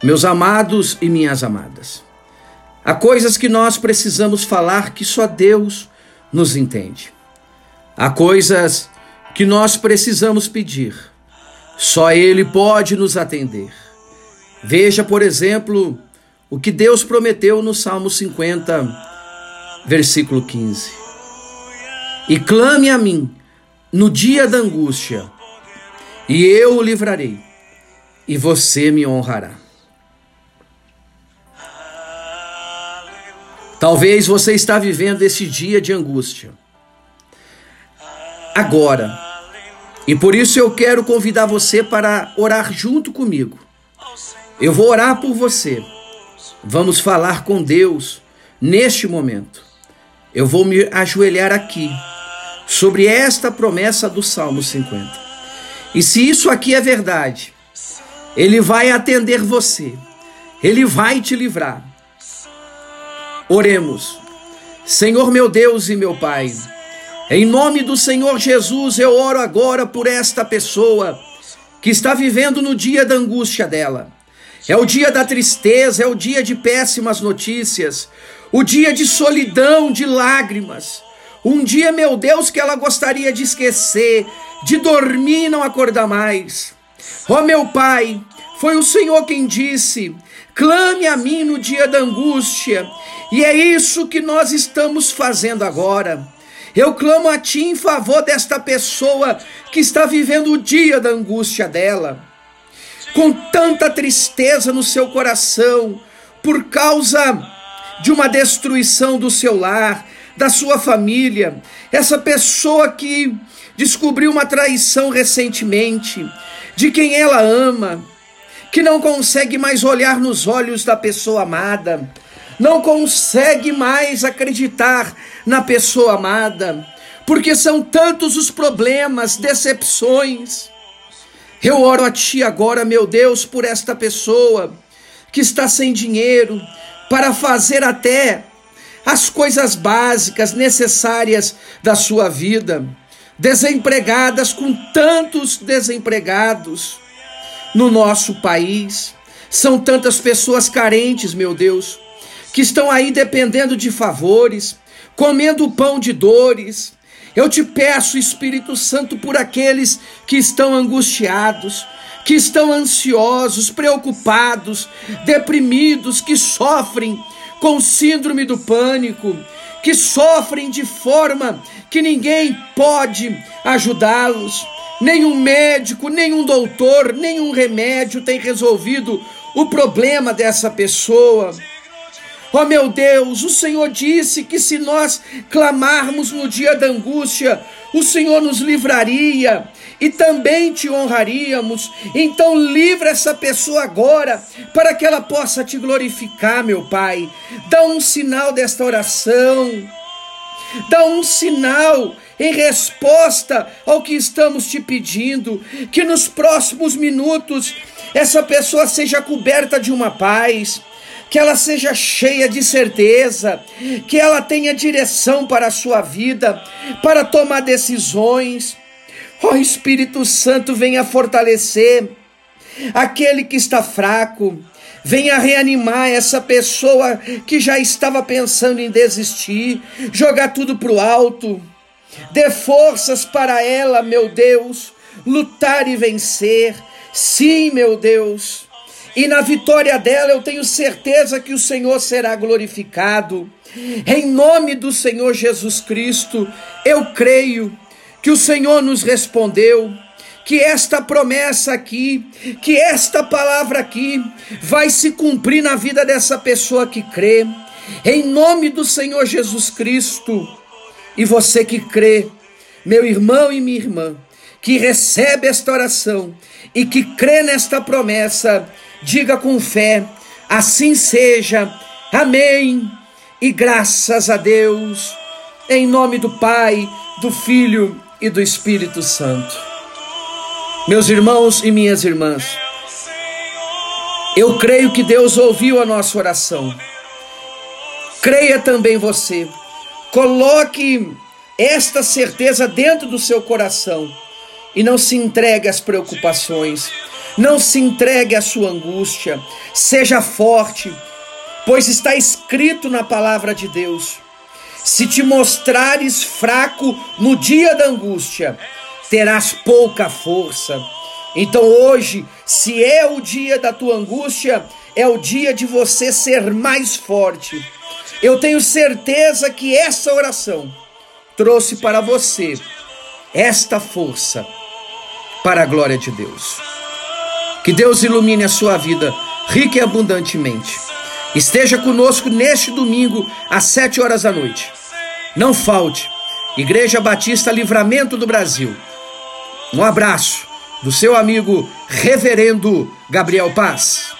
Meus amados e minhas amadas, há coisas que nós precisamos falar que só Deus nos entende. Há coisas que nós precisamos pedir, só Ele pode nos atender. Veja, por exemplo, o que Deus prometeu no Salmo 50, versículo 15. E clame a mim no dia da angústia, e eu o livrarei, e você me honrará. Talvez você está vivendo esse dia de angústia agora, e por isso eu quero convidar você para orar junto comigo. Eu vou orar por você. Vamos falar com Deus neste momento. Eu vou me ajoelhar aqui sobre esta promessa do Salmo 50. E se isso aqui é verdade, Ele vai atender você. Ele vai te livrar. Oremos. Senhor meu Deus e meu Pai, em nome do Senhor Jesus, eu oro agora por esta pessoa que está vivendo no dia da angústia dela. É o dia da tristeza, é o dia de péssimas notícias, o dia de solidão, de lágrimas. Um dia, meu Deus, que ela gostaria de esquecer, de dormir e não acordar mais. Ó meu Pai, foi o Senhor quem disse: clame a mim no dia da angústia. E é isso que nós estamos fazendo agora. Eu clamo a Ti em favor desta pessoa que está vivendo o dia da angústia dela, com tanta tristeza no seu coração, por causa de uma destruição do seu lar, da sua família. Essa pessoa que descobriu uma traição recentemente, de quem ela ama, que não consegue mais olhar nos olhos da pessoa amada, não consegue mais acreditar na pessoa amada, porque são tantos os problemas, decepções. Eu oro a Ti agora, meu Deus, por esta pessoa que está sem dinheiro para fazer até as coisas básicas necessárias da sua vida, desempregadas, com tantos desempregados no nosso país. São tantas pessoas carentes, meu Deus, que estão aí dependendo de favores, comendo o pão de dores. Eu te peço, Espírito Santo, por aqueles que estão angustiados, que estão ansiosos, preocupados, deprimidos, que sofrem com síndrome do pânico, que sofrem de forma que ninguém pode ajudá-los. Nenhum médico, nenhum doutor, nenhum remédio tem resolvido o problema dessa pessoa. Ó meu Deus, o Senhor disse que se nós clamarmos no dia da angústia, o Senhor nos livraria e também Te honraríamos. Então livra essa pessoa agora, para que ela possa Te glorificar, meu Pai. Dá um sinal desta oração, dá um sinal em resposta ao que estamos Te pedindo, que nos próximos minutos essa pessoa seja coberta de uma paz, que ela seja cheia de certeza, que ela tenha direção para a sua vida, para tomar decisões. Ó Espírito Santo, venha fortalecer aquele que está fraco, venha reanimar essa pessoa que já estava pensando em desistir, jogar tudo para o alto. Dê forças para ela, meu Deus, lutar e vencer. Sim, meu Deus. E na vitória dela eu tenho certeza que o Senhor será glorificado. Em nome do Senhor Jesus Cristo, eu creio que o Senhor nos respondeu, que esta promessa aqui, que esta palavra aqui vai se cumprir na vida dessa pessoa que crê. Em nome do Senhor Jesus Cristo. E você que crê, meu irmão e minha irmã, que recebe esta oração e que crê nesta promessa, diga com fé: assim seja, amém, e graças a Deus, em nome do Pai, do Filho e do Espírito Santo. Meus irmãos e minhas irmãs, eu creio que Deus ouviu a nossa oração. Creia também você, coloque esta certeza dentro do seu coração e não se entregue às preocupações. Não se entregue à sua angústia. Seja forte, pois está escrito na palavra de Deus: se te mostrares fraco no dia da angústia, terás pouca força. Então hoje, se é o dia da tua angústia, é o dia de você ser mais forte. Eu tenho certeza que essa oração trouxe para você esta força para a glória de Deus. Que Deus ilumine a sua vida rica e abundantemente. Esteja conosco neste domingo às 7 horas da noite. Não falte. Igreja Batista Livramento do Brasil. Um abraço do seu amigo Reverendo Gabriel Paz.